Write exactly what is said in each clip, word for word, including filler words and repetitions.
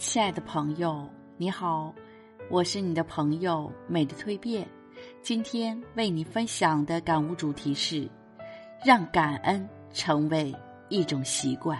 亲爱的朋友，你好，我是你的朋友美的蜕变。今天为你分享的感悟主题是让感恩成为一种习惯。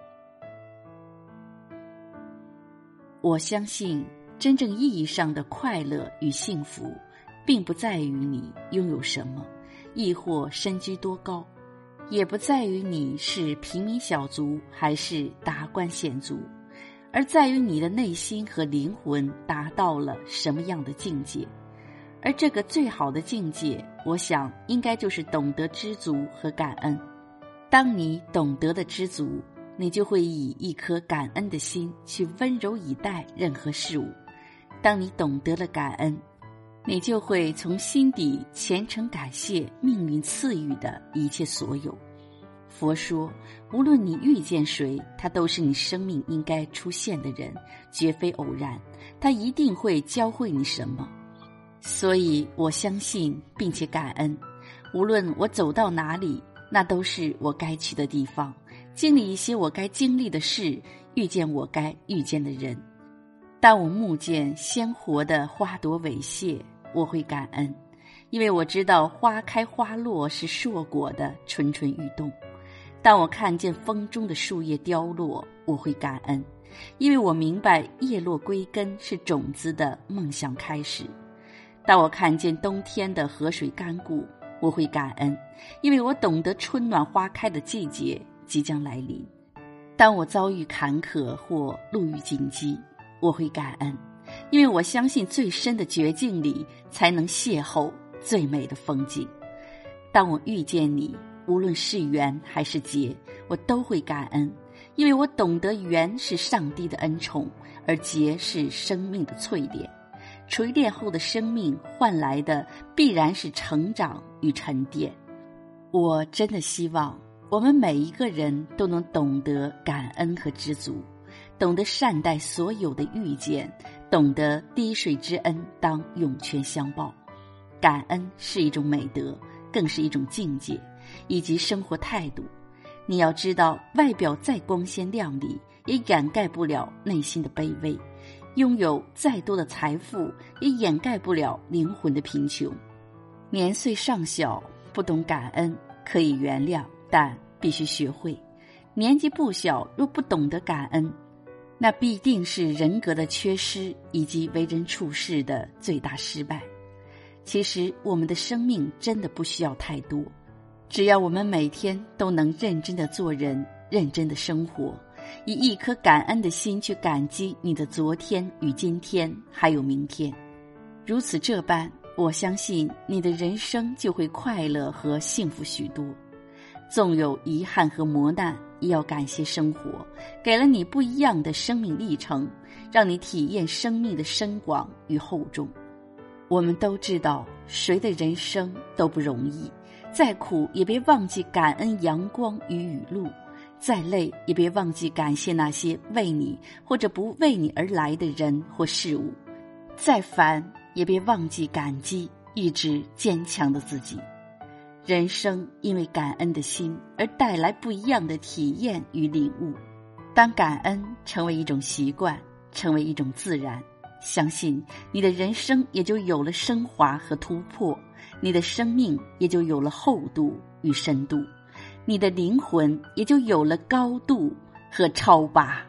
我相信真正意义上的快乐与幸福并不在于你拥有什么，亦或身居多高，也不在于你是平民小卒还是达官显族，而在于你的内心和灵魂达到了什么样的境界。而这个最好的境界，我想应该就是懂得知足和感恩。当你懂得了知足，你就会以一颗感恩的心去温柔以待任何事物。当你懂得了感恩，你就会从心底虔诚感谢命运赐予的一切所有。佛说，无论你遇见谁，他都是你生命应该出现的人，绝非偶然，他一定会教会你什么。所以我相信并且感恩，无论我走到哪里，那都是我该去的地方，经历一些我该经历的事，遇见我该遇见的人。当我目见鲜活的花朵猥亵，我会感恩，因为我知道花开花落是硕果的蠢蠢欲动。当我看见风中的树叶凋落，我会感恩，因为我明白叶落归根是种子的梦想开始。当我看见冬天的河水干固，我会感恩，因为我懂得春暖花开的季节即将来临。当我遭遇坎坷或路遇紧急，我会感恩，因为我相信最深的绝境里才能邂逅最美的风景。当我遇见你，无论是缘还是劫，我都会感恩，因为我懂得缘是上帝的恩宠，而劫是生命的淬炼。锤炼后的生命换来的必然是成长与沉淀。我真的希望我们每一个人都能懂得感恩和知足，懂得善待所有的遇见，懂得滴水之恩当涌泉相报。感恩是一种美德，更是一种境界以及生活态度。你要知道，外表再光鲜亮丽，也掩盖不了内心的卑微。拥有再多的财富，也掩盖不了灵魂的贫穷。年岁尚小，不懂感恩可以原谅，但必须学会。年纪不小，若不懂得感恩，那必定是人格的缺失以及为人处事的最大失败。其实我们的生命真的不需要太多，只要我们每天都能认真的做人，认真的生活，以一颗感恩的心去感激你的昨天与今天还有明天。如此这般，我相信你的人生就会快乐和幸福许多。纵有遗憾和磨难，也要感谢生活给了你不一样的生命历程，让你体验生命的深广与厚重。我们都知道谁的人生都不容易，再苦也别忘记感恩阳光与雨露，再累也别忘记感谢那些为你或者不为你而来的人或事物，再烦也别忘记感激一直坚强的自己。人生因为感恩的心而带来不一样的体验与领悟。当感恩成为一种习惯，成为一种自然，相信你的人生也就有了升华和突破，你的生命也就有了厚度与深度，你的灵魂也就有了高度和超拔。